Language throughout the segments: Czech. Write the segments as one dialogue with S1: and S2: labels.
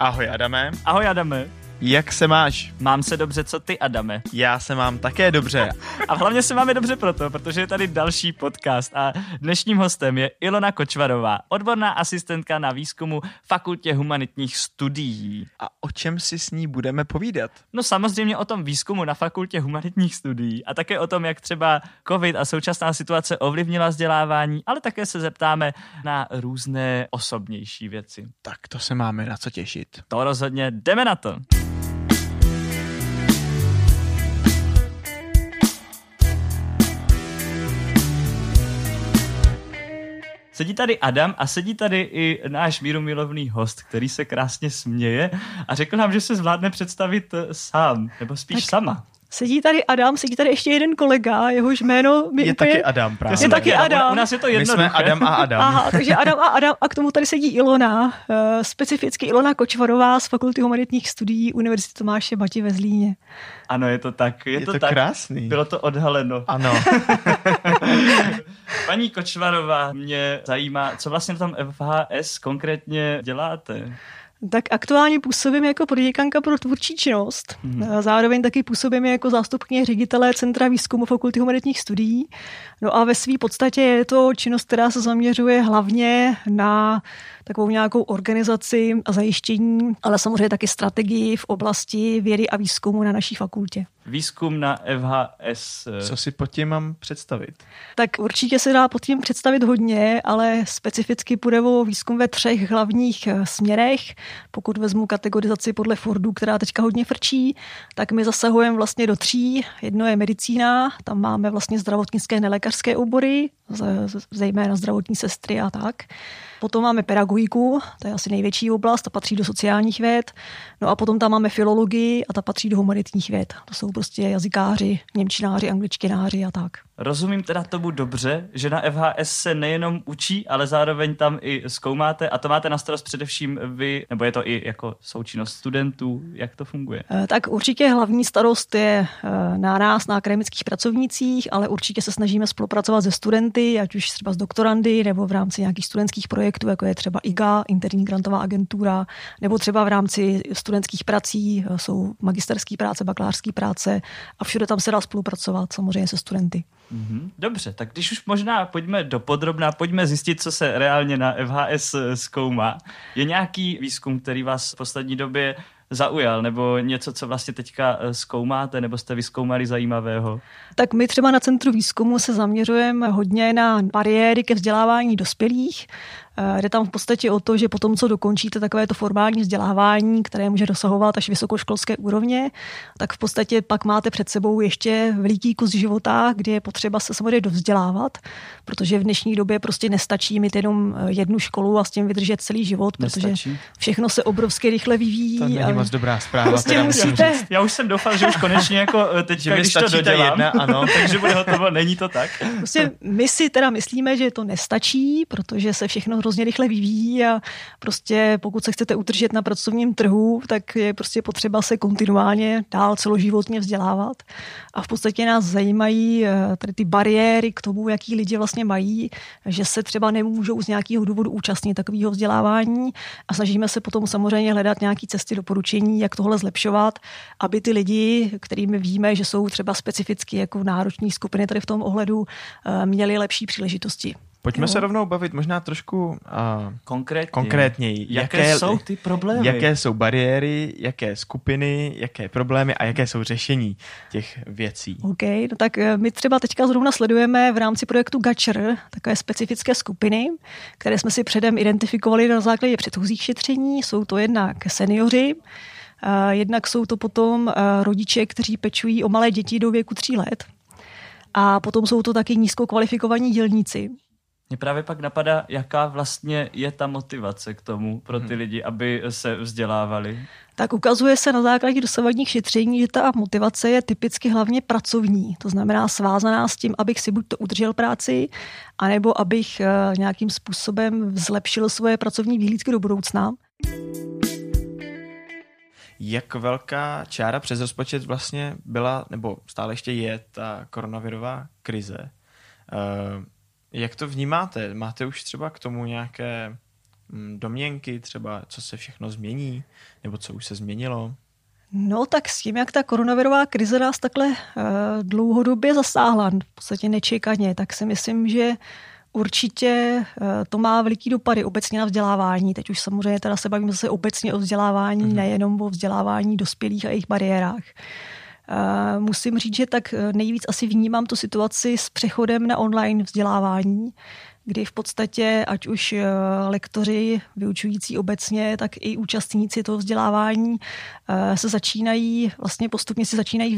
S1: Ahoj Adame.
S2: Ahoj Adame.
S1: Jak se máš?
S2: Mám se dobře, co ty, Adame?
S1: Já se mám také dobře.
S2: A hlavně se máme dobře protože je tady další podcast a dnešním hostem je Ilona Kočvarová, odborná asistentka na výzkumu Fakultě humanitních studií.
S1: A o čem si s ní budeme povídat?
S2: No samozřejmě o tom výzkumu na Fakultě humanitních studií a také o tom, jak třeba covid a současná situace ovlivnila vzdělávání, ale také se zeptáme na různé osobnější věci.
S1: Tak to se máme na co těšit.
S2: To rozhodně, jdeme na to. Sedí tady Adam a sedí tady i náš mírumilovný host, který se krásně směje a řekl nám, že se zvládne představit sám, nebo spíš tak sama.
S3: Sedí tady Adam, sedí tady ještě jeden kolega, jehož jméno mi
S1: je
S3: úplně...
S1: taky Adam právě.
S3: Je taky Adam.
S2: U nás je to jednoduché.
S1: My jsme Adam a Adam.
S3: Aha, takže Adam a Adam a k tomu tady sedí Ilona, specificky Ilona Kočvarová z Fakulty humanitních studií Univerzity Tomáše Bati ve Zlíně.
S2: Ano, je to tak.
S1: Je to
S2: tak
S1: krásný.
S2: Bylo to odhaleno.
S1: Ano.
S2: Paní Kočvarová, mě zajímá, co vlastně v tom FHS konkrétně děláte?
S3: Tak aktuálně působím jako proděkanka pro tvůrčí činnost. Zároveň taky působím jako zástupkyně ředitele Centra výzkumu Fakulty humanitních studií. No a ve své podstatě je to činnost, která se zaměřuje hlavně na takovou nějakou organizaci a zajištění, ale samozřejmě taky strategii v oblasti vědy a výzkumu na naší fakultě.
S2: Výzkum na FHS.
S1: Co si pod tím mám představit?
S3: Tak určitě se dá pod tím představit hodně, ale specificky půjde o výzkum ve 3 hlavních směrech. Pokud vezmu kategorizaci podle Fordu, která teďka hodně frčí, tak my zasahujeme vlastně do 3. Jedno je medicína, tam máme vlastně zdravotnické nelékařské obory, zejména zdravotní sestry a tak. Potom máme pedagogiku, to je asi největší oblast, ta patří do sociálních věd. No a potom tam máme filologii a ta patří do humanitních věd. To jsou prostě jazykáři, němčináři, angličtináři a tak.
S2: Rozumím teda tomu dobře, že na FHS se nejenom učí, ale zároveň tam i zkoumáte a to máte na starost především vy, nebo je to i jako součinnost studentů, jak to funguje?
S3: Tak určitě hlavní starost je na nás, na akademických pracovnících, ale určitě se snažíme spolupracovat se studenty, ať už třeba s doktorandy, nebo v rámci nějakých studentských projektů, jako je třeba IGA, interní grantová agentura, nebo třeba v rámci studentských prací, jsou magisterské práce, bakalářské práce a všude tam se dá spolupracovat samozřejmě se studenty.
S2: Dobře, tak když už možná pojďme dopodrobná, pojďme zjistit, co se reálně na FHS zkoumá. Je nějaký výzkum, který vás v poslední době zaujal, nebo něco, co vlastně teďka zkoumáte, nebo jste vyzkoumali zajímavého?
S3: Tak my třeba na Centru výzkumu se zaměřujeme hodně na bariéry ke vzdělávání dospělých. Jde tam v podstatě o to, že potom, co dokončíte takovéto formální vzdělávání, které může dosahovat až vysokoškolské úrovně, tak v podstatě pak máte před sebou ještě veliký kus života, kdy je potřeba se samozřejmě dovzdělávat, protože v dnešní době prostě nestačí mít jenom jednu školu a s tím vydržet celý život, protože všechno se obrovsky rychle vyvíjí.
S1: To není moc dobrá zpráva.
S3: Prostě musíte...
S2: Já už jsem doufal, že už konečně jako teďka, když to dodělám, takže bude hotovo, není to tak.
S3: Prostě my si teda myslíme, že to nestačí, protože se všechno hrozně rychle vyvíjí a prostě pokud se chcete udržet na pracovním trhu, tak je prostě potřeba se kontinuálně dál celoživotně vzdělávat. A v podstatě nás zajímají tady ty bariéry k tomu, jaký lidi vlastně mají, že se třeba nemůžou z nějakého důvodu účastnit takového vzdělávání a snažíme se potom samozřejmě hledat nějaké cesty doporučení, jak tohle zlepšovat, aby ty lidi, kterými víme, že jsou třeba specificky jako nároční skupiny tady v tom ohledu, měli lepší příležitosti.
S1: Pojďme se rovnou bavit možná trošku konkrétněji.
S2: Jaké jsou ty problémy?
S1: Jaké jsou bariéry, jaké skupiny, jaké problémy a jaké jsou řešení těch věcí?
S3: OK, no tak my třeba teďka zrovna sledujeme v rámci projektu GAČR takové specifické skupiny, které jsme si předem identifikovali na základě předchozích šetření. Jsou to jednak seniori, jednak jsou to potom rodiče, kteří pečují o malé děti do věku 3 let. A potom jsou to taky nízkokvalifikovaní dělníci.
S2: Mě právě pak napadá, jaká vlastně je ta motivace k tomu pro ty lidi, aby se vzdělávali.
S3: Tak ukazuje se na základě dosavadních šetření, že ta motivace je typicky hlavně pracovní. To znamená svázaná s tím, abych si buď to udržel práci, anebo abych nějakým způsobem zlepšil svoje pracovní výhlídky do budoucna.
S1: Jak velká čára přes rozpočet vlastně byla, nebo stále ještě je ta koronavirová krize? Jak to vnímáte? Máte už třeba k tomu nějaké domněnky třeba, co se všechno změní, nebo co už se změnilo?
S3: No tak s tím, jak ta koronavirová krize nás takhle dlouhodobě zasáhla, v podstatě nečekaně, tak si myslím, že určitě to má veliký dopady obecně na vzdělávání. Teď už samozřejmě teda se bavíme zase obecně o vzdělávání, nejenom o vzdělávání dospělých a jejich bariérách. Musím říct, že tak nejvíc asi vnímám tu situaci s přechodem na online vzdělávání, kdy v podstatě ať už lektoři vyučující obecně, tak i účastníci toho vzdělávání se začínají, vlastně postupně si začínají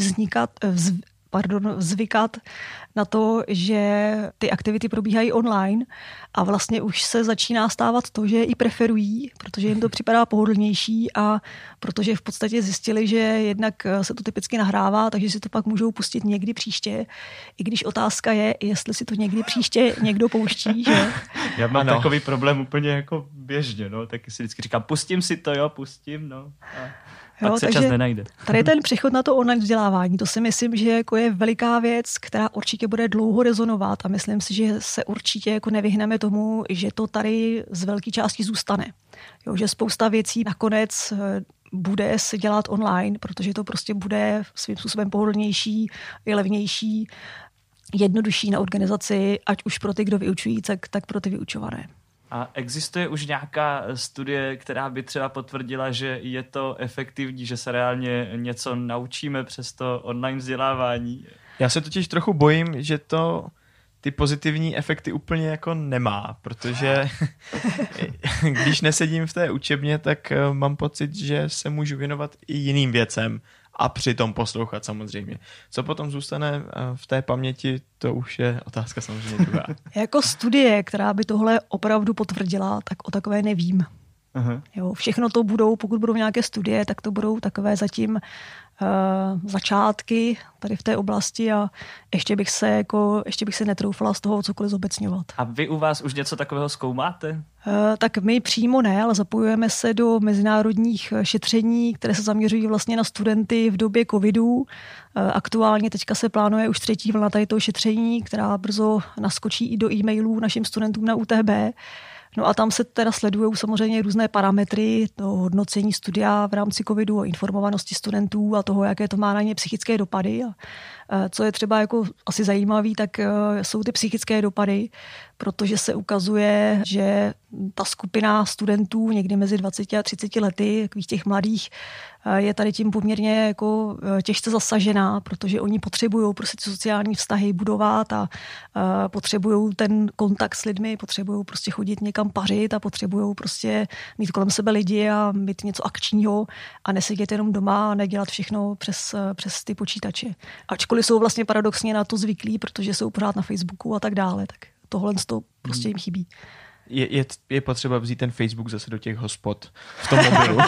S3: zvykat na to, že ty aktivity probíhají online a vlastně už se začíná stávat to, že je i preferují, protože jim to připadá pohodlnější a protože v podstatě zjistili, že jednak se to typicky nahrává, takže si to pak můžou pustit někdy příště, i když otázka je, jestli si to někdy příště někdo pouští, že?
S2: Já mám takový problém úplně jako běžně, no, taky si vždycky říkám, pustím si to, pustím, no. Pak se čas nenajde.
S3: Tady ten přechod na to online vzdělávání, to si myslím, že jako je veliká věc, která určitě bude dlouho rezonovat a myslím si, že se určitě jako nevyhneme tomu, že to tady z velké části zůstane. Že spousta věcí nakonec bude se dělat online, protože to prostě bude svým způsobem pohodlnější, i levnější, jednodušší na organizaci, ať už pro ty, kdo vyučují, tak pro ty vyučované.
S2: A existuje už nějaká studie, která by třeba potvrdila, že je to efektivní, že se reálně něco naučíme přes to online vzdělávání?
S1: Já se totiž trochu bojím, že to ty pozitivní efekty úplně jako nemá, protože když nesedím v té učebně, tak mám pocit, že se můžu věnovat i jiným věcem a přitom poslouchat samozřejmě. Co potom zůstane v té paměti, to už je otázka samozřejmě druhá.
S3: Jako studie, která by tohle opravdu potvrdila, tak o takové nevím.
S2: Aha.
S3: Jo, všechno to budou, pokud budou nějaké studie, tak to budou takové zatím začátky tady v té oblasti a ještě bych se netroufala z toho cokoliv zobecňovat.
S2: A vy u vás už něco takového zkoumáte?
S3: Tak my přímo ne, ale zapojujeme se do mezinárodních šetření, které se zaměřují vlastně na studenty v době covidu. Aktuálně teďka se plánuje už 3. vlna tady toho šetření, která brzo naskočí i do e-mailů našim studentům na UTB. No a tam se teda sledují samozřejmě různé parametry toho hodnocení studia v rámci covidu, o informovanosti studentů a toho, jaké to má na ně psychické dopady. A co je třeba jako asi zajímavé, tak jsou ty psychické dopady, protože se ukazuje, že ta skupina studentů někdy mezi 20 a 30 lety, takových těch mladých, je tady tím poměrně jako těžce zasažená, protože oni potřebují prostě ty sociální vztahy budovat a potřebují ten kontakt s lidmi, potřebují prostě chodit někam pařit a potřebují prostě mít kolem sebe lidi a mít něco akčního a nesedět jenom doma a nedělat všechno přes ty počítače. Ačkoliv jsou vlastně paradoxně na to zvyklí, protože jsou pořád na Facebooku a tak dále, tak tohle to prostě jim chybí.
S1: Je potřeba vzít ten Facebook zase do těch hospod v tom mobilu.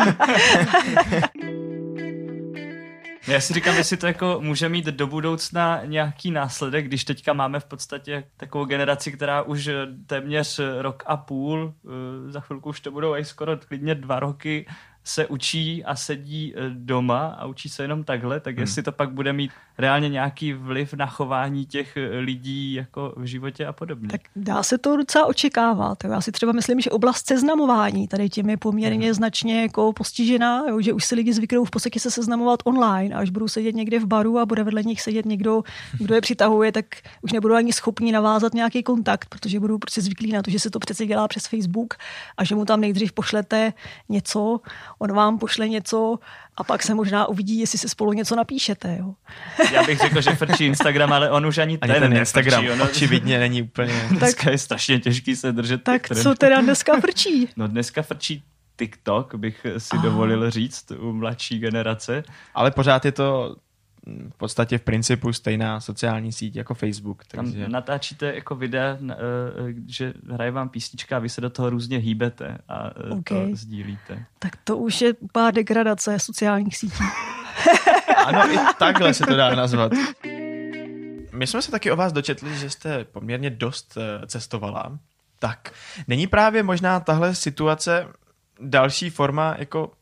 S2: Já si říkám, jestli to jako může mít do budoucna nějaký následek, když teďka máme v podstatě takovou generaci, která už téměř 1,5 roku, za chvilku už to budou i skoro klidně 2 roky, se učí a sedí doma a učí se jenom takhle, tak jestli to pak bude mít reálně nějaký vliv na chování těch lidí jako v životě a podobně.
S3: Tak dá se to docela očekávat. Já si třeba myslím, že oblast seznamování tady tím je poměrně značně jako postižená, že už si lidi zvyknou v podstatě se seznamovat online a až budou sedět někde v baru a bude vedle nich sedět někdo, kdo je přitahuje, tak už nebudou ani schopni navázat nějaký kontakt, protože budou prostě zvyklí na to, že se to přece dělá přes Facebook a že mu tam nejdřív pošlete něco, on vám pošle něco a pak se možná uvidí, jestli si spolu něco napíšete. Jo.
S2: Já bych řekl, že frčí Instagram, ale on už ani ten
S1: Instagram
S2: frčí,
S1: očividně není úplně.
S2: Dneska je strašně těžký se držet.
S3: Tak co teda dneska frčí?
S2: No dneska frčí TikTok, bych si dovolil říct, u mladší generace.
S1: Ale pořád je to v podstatě v principu stejná sociální síť jako Facebook. Takže...
S2: Tam natáčíte jako videa, že hraje vám písnička a vy se do toho různě hýbete a to sdílíte.
S3: Tak to už je pár degradace sociálních sítí.
S1: Ano, i takhle se to dá nazvat. My jsme se taky o vás dočetli, že jste poměrně dost cestovala. Tak není právě možná tahle situace další forma jako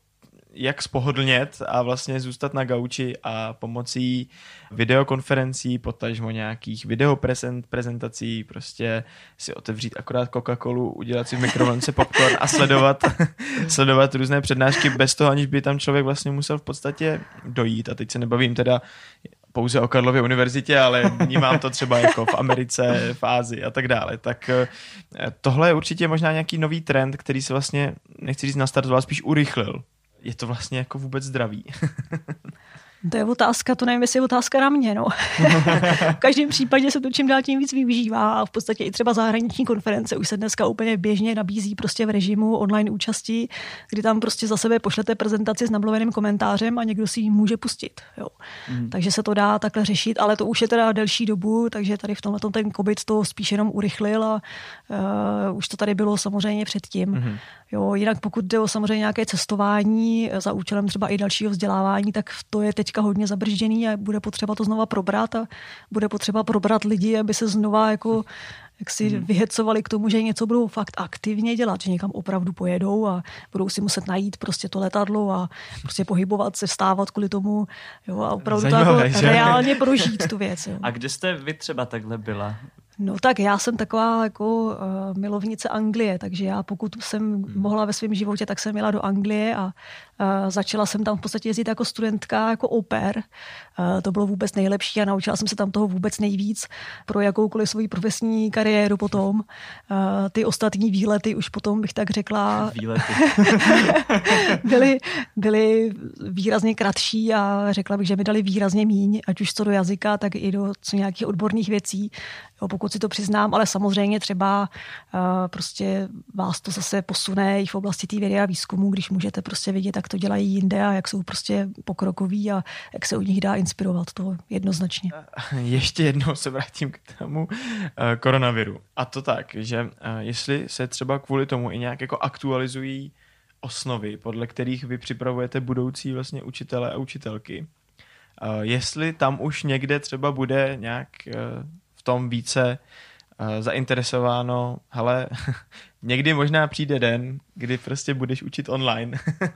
S1: jak spohodlnět a vlastně zůstat na gauči a pomocí videokonferencí, potažmo nějakých videoprezentací, prostě si otevřít akorát Coca-Colu, udělat si v mikrovlnce popcorn a sledovat různé přednášky bez toho, aniž by tam člověk vlastně musel v podstatě dojít. A teď se nebavím teda pouze o Karlově univerzitě, ale vnímám to třeba jako v Americe, v Ázii a tak dále. Tak tohle je určitě možná nějaký nový trend, který se vlastně, nechci říct nastartoval, spíš urychlil. Je to vlastně jako vůbec zdravý.
S3: To je otázka, to nevím, jestli je otázka na mě, no. V každém případě se to čím dál tím víc využívá a v podstatě i třeba zahraniční konference už se dneska úplně běžně nabízí prostě v režimu online účasti, kdy tam prostě za sebe pošlete prezentaci s namluveným komentářem a někdo si ji může pustit, jo. Takže se to dá takhle řešit, ale to už je teda delší dobu, takže tady v tomhletom ten COVID to spíš jenom urychlil a už to tady bylo samozřejmě předtím. Jo, jinak pokud jde o samozřejmě nějaké cestování za účelem třeba i dalšího vzdělávání, tak to je teďka hodně zabržděný a bude potřeba to znova probrat a bude potřeba probrat lidi, aby se znova jako jak si vyhecovali k tomu, že něco budou fakt aktivně dělat, že někam opravdu pojedou a budou si muset najít prostě to letadlo a prostě pohybovat se, vstávat kvůli tomu, jo, a opravdu
S1: zajímavé,
S3: to jako reálně prožít tu věc. Jo.
S2: A kde jste vy třeba takhle byla?
S3: No tak já jsem taková jako milovnice Anglie, takže já pokud jsem mohla ve svém životě, tak jsem jela do Anglie a začala jsem tam v podstatě jezdit jako studentka, jako au pair. To bylo vůbec nejlepší a naučila jsem se tam toho vůbec nejvíc pro jakoukoliv svoji profesní kariéru potom. Ty ostatní výlety už potom bych tak řekla byly výrazně kratší a řekla bych, že mi dali výrazně míň, ať už co do jazyka, tak i do co nějakých odborných věcí. Jo, pokud si to přiznám, ale samozřejmě třeba prostě vás to zase posune i v oblasti té vědy a výzkumu, když můžete prostě vidět, jak to dělají jinde a jak jsou prostě pokrokoví a jak se od nich dá inspirovat, to jednoznačně.
S1: Ještě jednou se vrátím k tomu koronaviru. A to tak, že jestli se třeba kvůli tomu i nějak jako aktualizují osnovy, podle kterých vy připravujete budoucí vlastně učitele a učitelky, jestli tam už někde třeba bude nějak v tom více zainteresováno, hele, někdy možná přijde den, kdy prostě budeš učit online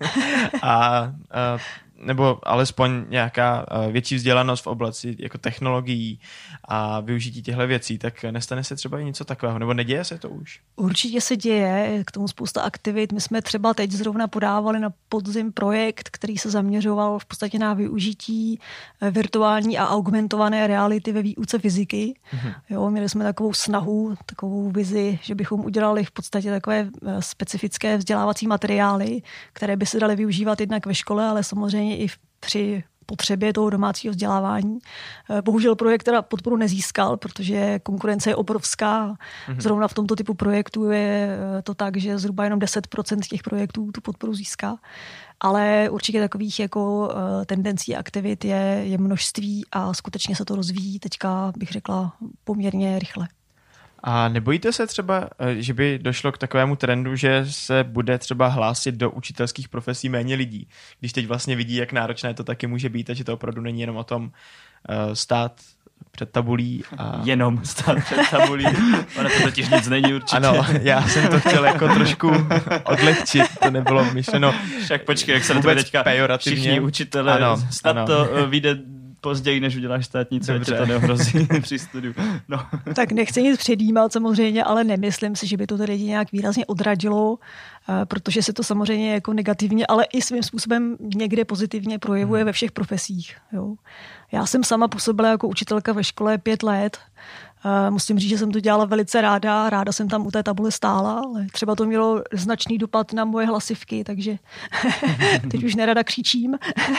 S1: nebo alespoň nějaká větší vzdělanost v oblasti jako technologií a využití těchto věcí, tak nestane se třeba i něco takového, nebo neděje se to už?
S3: Určitě se děje, k tomu spousta aktivit. My jsme třeba teď zrovna podávali na podzim projekt, který se zaměřoval v podstatě na využití virtuální a augmentované reality ve výuce fyziky. Jo, měli jsme takovou snahu, takovou vizi, že bychom udělali v podstatě takové specifické vzdělávací materiály, které by se daly využívat jednak ve škole, ale samozřejmě i při potřebě toho domácího vzdělávání. Bohužel projekt teda podporu nezískal, protože konkurence je obrovská. Zrovna v tomto typu projektů je to tak, že zhruba jenom 10% těch projektů tu podporu získá. Ale určitě takových jako tendencí a aktivit je množství a skutečně se to rozvíjí teďka, bych řekla, poměrně rychle.
S1: A nebojíte se třeba, že by došlo k takovému trendu, že se bude třeba hlásit do učitelských profesí méně lidí, když teď vlastně vidí, jak náročné to taky může být a že to opravdu není jenom o tom stát před tabulí.
S2: Jenom stát před tabulí. Ono to totiž nic není určitě.
S1: Ano, já jsem to chtěl jako trošku odlehčit, to nebylo myšleno.
S2: Však počkej, jak se na tebe teďka všichni učitelé, snad to vyjde později, než uděláš státnici, ať tě to neohrozí při studiu. No.
S3: Tak nechci nic předjímat samozřejmě, ale nemyslím si, že by to lidi nějak výrazně odradilo, protože se to samozřejmě jako negativně, ale i svým způsobem někde pozitivně projevuje ve všech profesích. Jo. Já jsem sama působila jako učitelka ve škole 5 let. Musím říct, že jsem to dělala velice ráda jsem tam u té tabule stála, ale třeba to mělo značný dopad na moje hlasivky, takže teď už nerada křičím.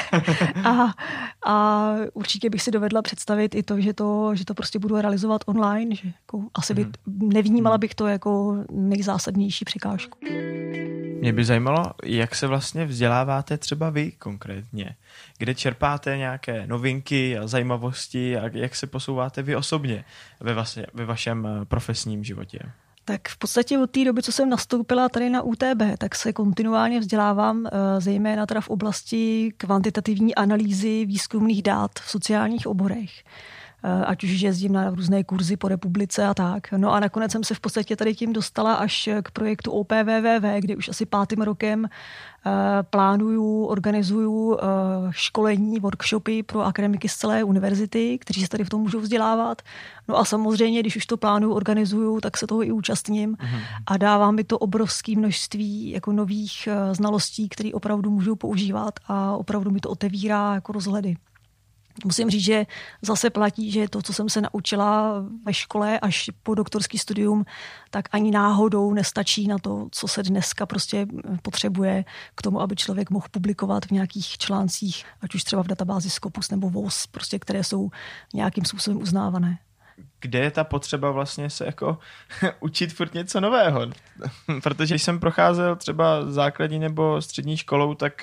S3: a určitě bych si dovedla představit i to, že to prostě budu realizovat online, že jako asi nevnímala bych to jako nejzásadnější překážku.
S1: Mě by zajímalo, jak se vlastně vzděláváte třeba vy konkrétně. Kde čerpáte nějaké novinky a zajímavosti a jak se posouváte vy osobně ve vašem profesním životě?
S3: Tak v podstatě od té doby, co jsem nastoupila tady na UTB, tak se kontinuálně vzdělávám, zejména teda v oblasti kvantitativní analýzy výzkumných dat v sociálních oborech. ať už jezdím na různé kurzy po republice a tak. No a nakonec jsem se v podstatě tady tím dostala až k projektu OPVVV, kde už asi 5. rokem organizuju školení, workshopy pro akademiky z celé univerzity, kteří se tady v tom můžou vzdělávat. No a samozřejmě, když už to plánuju, organizuju, tak se toho i účastním a dává mi to obrovské množství jako nových znalostí, které opravdu můžu používat a opravdu mi to otevírá jako rozhledy. Musím říct, že zase platí, že to, co jsem se naučila ve škole až po doktorský studium, tak ani náhodou nestačí na to, co se dneska prostě potřebuje k tomu, aby člověk mohl publikovat v nějakých článcích, ať už třeba v databázi Scopus nebo VOS, prostě, které jsou nějakým způsobem uznávané.
S1: Kde je ta potřeba vlastně se jako učit furt něco nového? Protože když jsem procházel třeba základní nebo střední školou, tak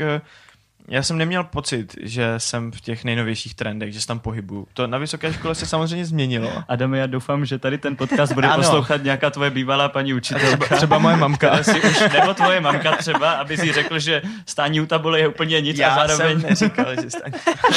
S1: já jsem neměl pocit, že jsem v těch nejnovějších trendech, že se tam pohybuju. To na vysoké škole se samozřejmě změnilo.
S2: Adame, já doufám, že tady ten podcast bude poslouchat nějaká tvoje bývalá paní učitelka.
S1: Třeba moje mamka.
S2: Nebo tvoje mamka třeba, aby si řekl, že stání u tabule je úplně nic
S1: já
S2: a zároveň...
S1: jsem neříkal, že stání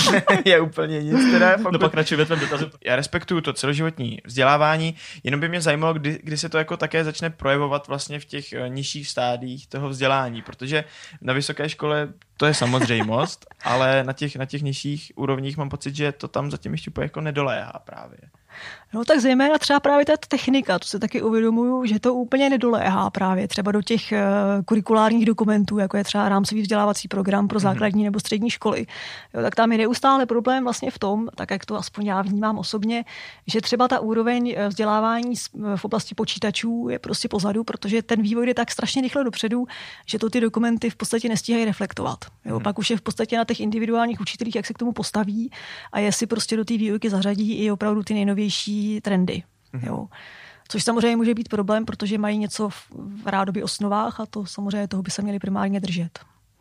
S1: je úplně nic. Teda,
S2: No pokračuj ve tvém dotazu.
S1: Já respektuju to celoživotní vzdělávání, jenom by mě zajímalo, kdy se to jako také začne projevovat vlastně v těch nižších stádiích toho vzdělání, protože na vysoké škole to je samozřejmost, ale na těch nižších úrovních mám pocit, že to tam zatím ještě jako nedoléhá právě.
S3: No tak zejména třeba právě ta technika, to se taky uvědomuju, že to úplně nedoléhá právě třeba do těch kurikulárních dokumentů, jako je třeba rámcový vzdělávací program pro základní nebo střední školy. Jo, tak tam je neustále problém vlastně v tom, tak jak to aspoň já vnímám osobně, že třeba ta úroveň vzdělávání v oblasti počítačů je prostě pozadu, protože ten vývoj jde tak strašně rychle dopředu, že to ty dokumenty v podstatě nestíhají reflektovat. Jo, pak už je v podstatě na těch individuálních učitelích, jak se k tomu postaví a jestli prostě do té výuky zařadí i opravdu ty nejnovější trendy. Jo. Což samozřejmě může být problém, protože mají něco v rádoby osnovách a to samozřejmě toho by se měli primárně držet.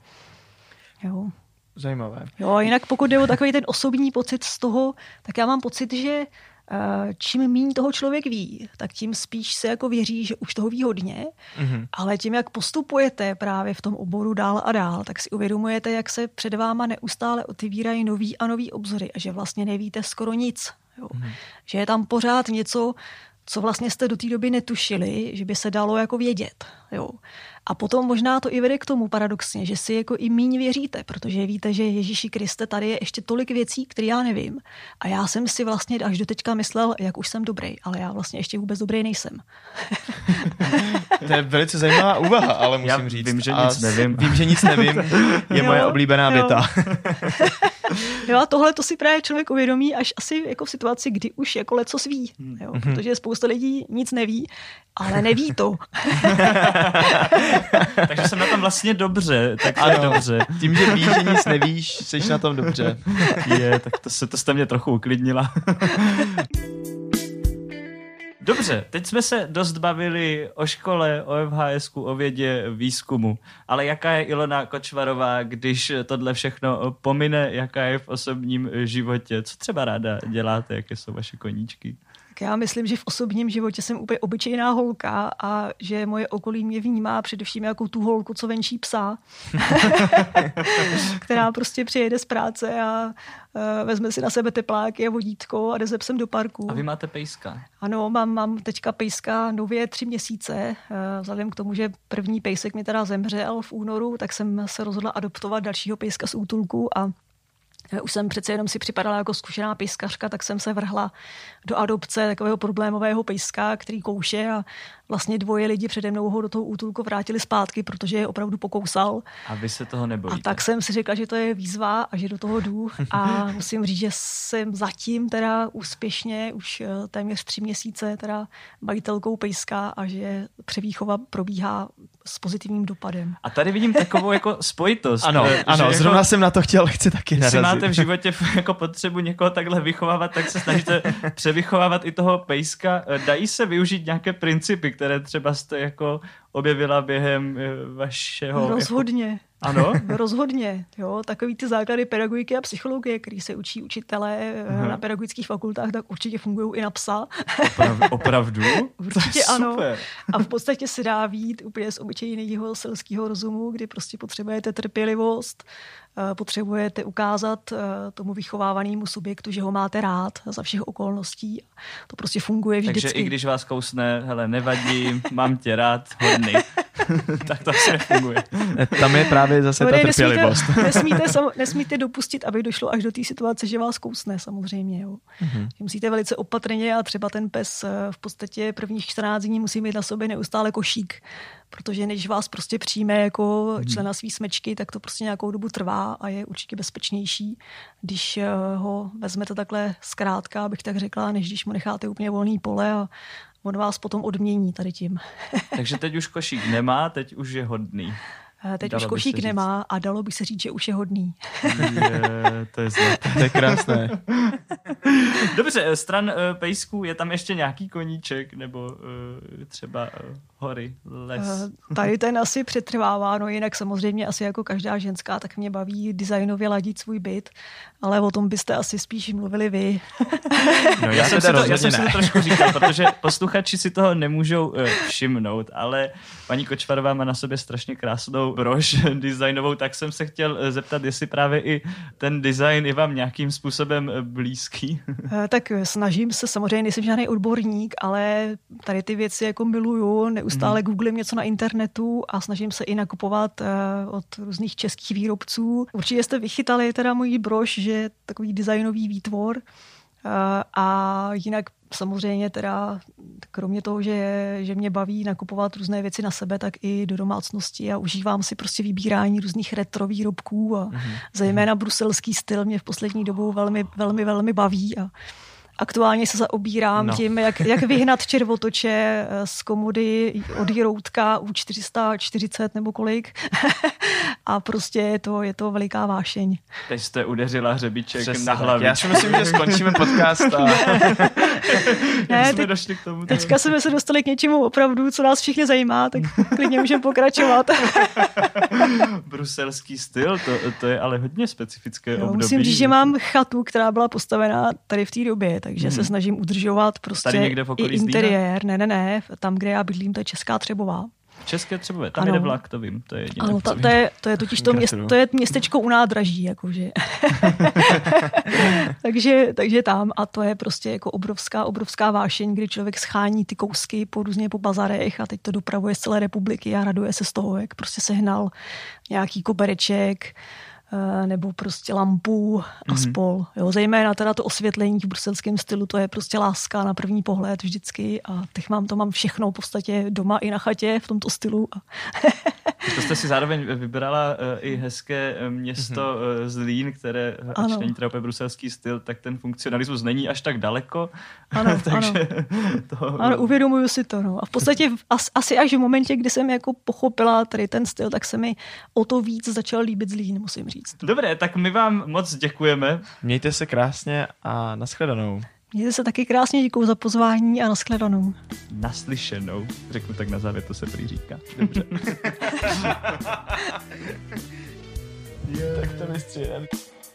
S3: Jo.
S1: Zajímavé.
S3: Jo, jinak pokud jde o takový ten osobní pocit z toho, tak já mám pocit, že čím míň toho člověk ví, tak tím spíš se jako věří, že už toho ví hodně, ale tím, jak postupujete právě v tom oboru dál a dál, tak si uvědomujete, jak se před váma neustále otevírají nový a nový obzory a že vlastně nevíte skoro nic. Jo. Že je tam pořád něco, co vlastně jste do té doby netušili, že by se dalo jako vědět. Jo. A potom možná to i vede k tomu paradoxně, že si jako i míň věříte, protože víte, že Ježíši Kriste, tady je ještě tolik věcí, které já nevím. A já jsem si vlastně až do teďka myslel, jak už jsem dobrý, ale já vlastně ještě vůbec dobrý nejsem.
S1: To je velice zajímavá úvaha, ale musím říct.
S2: Vím, že nic nevím.
S1: Vím, že nic nevím, je moje oblíbená věta.
S3: Jo, a tohle to si právě člověk uvědomí až asi jako v situaci, kdy už jako lecos ví. Jo, protože spousta lidí nic neví, ale neví to.
S2: Takže jsem na tom vlastně dobře. Tak ano, dobře.
S1: Tím, že víš, že nic nevíš, jsi na tom dobře.
S2: Tak to jste mě trochu uklidnila. Dobře, teď jsme se dost bavili o škole, o FHSku, o vědě, výzkumu. Ale jaká je Ilona Kočvarová, když tohle všechno pomine, jaká je v osobním životě? Co třeba ráda děláte, jaké jsou vaše koníčky?
S3: Tak já myslím, že v osobním životě jsem úplně obyčejná holka a že moje okolí mě vnímá především jako tu holku, co venčí psa, která prostě přijede z práce a vezme si na sebe tepláky a vodítko a jde se psem do parku.
S2: A vy máte pejska?
S3: Ano, mám teďka pejska nově 3 měsíce. Vzhledem k tomu, že první pejsek mi teda zemřel v únoru, tak jsem se rozhodla adoptovat dalšího pejska z útulku a už jsem přece jenom si připadala jako zkušená pejskařka, tak jsem se vrhla do adopce takového problémového pejska, který kouše a vlastně 2 lidi přede mnou ho do toho útulku vrátili zpátky, protože je opravdu pokousal.
S2: A vy se toho nebojíte?
S3: A tak jsem si řekla, že to je výzva a že do toho jdu. A musím říct, že jsem zatím teda úspěšně už téměř 3 měsíce teda majitelkou pejska a že převýchova probíhá s pozitivním dopadem.
S2: A tady vidím takovou jako spojitost.
S1: Ano, zrovna jsem na to chci taky narazit.
S2: Když máte v životě jako potřebu někoho takhle vychovávat, tak se snažíte převychovávat i toho pejska. Dají se využít nějaké principy, které třeba jste jako objevila během vašeho...
S3: Rozhodně.
S2: Jako... Ano?
S3: Rozhodně. Jo, takový ty základy pedagogiky a psychologie, který se učí učitelé na pedagogických fakultách, tak určitě fungují i na psa.
S2: Opravdu?
S3: Určitě ano. Super. A v podstatě se dá vyjít úplně z obyčejného selského rozumu, kdy prostě potřebujete trpělivost, potřebujete ukázat tomu vychovávanému subjektu, že ho máte rád za všech okolností. To prostě funguje vždycky.
S2: Takže i když vás kousne, hele, nevadí, mám tě rád, hodný. Tak to asi nefunguje.
S1: Tam je právě zase ta trpělivost.
S3: Nesmíte dopustit, aby došlo až do té situace, že vás kousne samozřejmě. Jo. Musíte velice opatrně a třeba ten pes v podstatě prvních 14 dní musí mít na sobě neustále košík, protože než vás prostě přijme jako člena svý smečky, tak to prostě nějakou dobu trvá a je určitě bezpečnější, když ho vezmete takhle zkrátka, abych tak řekla, než když mu necháte úplně volný pole a on vás potom odmění tady tím.
S2: Takže teď už košík nemá, teď už je hodný.
S3: Teď už košík nemá a dalo by se říct, že už je hodný.
S2: To je zlaté.
S1: To je krásné.
S2: Dobře, stran pejsků je tam ještě nějaký koníček nebo třeba hory, les?
S3: Tady ten asi přetrvává, no jinak samozřejmě asi jako každá ženská, tak mě baví designově ladit svůj byt, ale o tom byste asi spíš mluvili vy.
S2: No, já jsem si to trošku říkal, protože posluchači si toho nemůžou všimnout, ale paní Kočvarová má na sobě strašně krásnou brož designovou, tak jsem se chtěl zeptat, jestli právě i ten design je vám nějakým způsobem blízký.
S3: Tak snažím se, samozřejmě nejsem žádný odborník, ale tady ty věci jako miluju, neustále googlím něco na internetu a snažím se i nakupovat od různých českých výrobců. Určitě jste vychytali teda můj brož, že je takový designový výtvor a jinak samozřejmě teda, kromě toho, že mě baví nakupovat různé věci na sebe, tak i do domácnosti a užívám si prostě vybírání různých retro výrobků a zejména bruselský styl mě v poslední dobou velmi, velmi, velmi baví a aktuálně se zaobírám tím, jak vyhnat červotoče z komody od Jiroutka U440 nebo kolik. A prostě je to veliká vášeň.
S2: Teď jste udeřila hřebíček na hlavě.
S1: Já si myslím, že skončíme podcast a...
S3: Ne, teďka jsme se dostali k něčemu opravdu, co nás všichni zajímá, tak klidně můžeme pokračovat.
S2: Bruselský styl, to je ale hodně specifické období.
S3: Musím říct, že mám chatu, která byla postavená tady v té době, takže se snažím udržovat prostě i interiér. Ne, tam, kde já bydlím, to je Česká Třebová.
S2: České Třebové, tam jede vlak, to vím. To je jediné,
S3: ano, to je totiž to je městečko u nádraží, jakože. takže tam a to je prostě jako obrovská vášeň, kdy člověk schání ty kousky po bazarech a teď to dopravuje z celé republiky a raduje se z toho, jak prostě sehnal nějaký kobereček, nebo prostě lampu a spol. Jo, zejména teda to osvětlení v bruselském stylu, to je prostě láska na první pohled vždycky a teď to mám všechno v podstatě doma i na chatě v tomto stylu.
S2: To jste si zároveň vybrala i hezké město Zlín, které, ač není teda bruselský styl, tak ten funkcionalismus není až tak daleko.
S3: Ano, takže ano, uvědomuju si to. No. A v podstatě asi až v momentě, kdy jsem jako pochopila tady ten styl, tak se mi o to víc začal líbit Zlín, musím říct.
S2: Dobré, tak my vám moc děkujeme.
S1: Mějte se krásně a nashledanou.
S3: Mějte se taky krásně, děkuju za pozvání a nashledanou.
S2: Naslyšenou. Řeknu tak na závěr, to se prý říká. Dobře.
S1: Tak to vystřídám.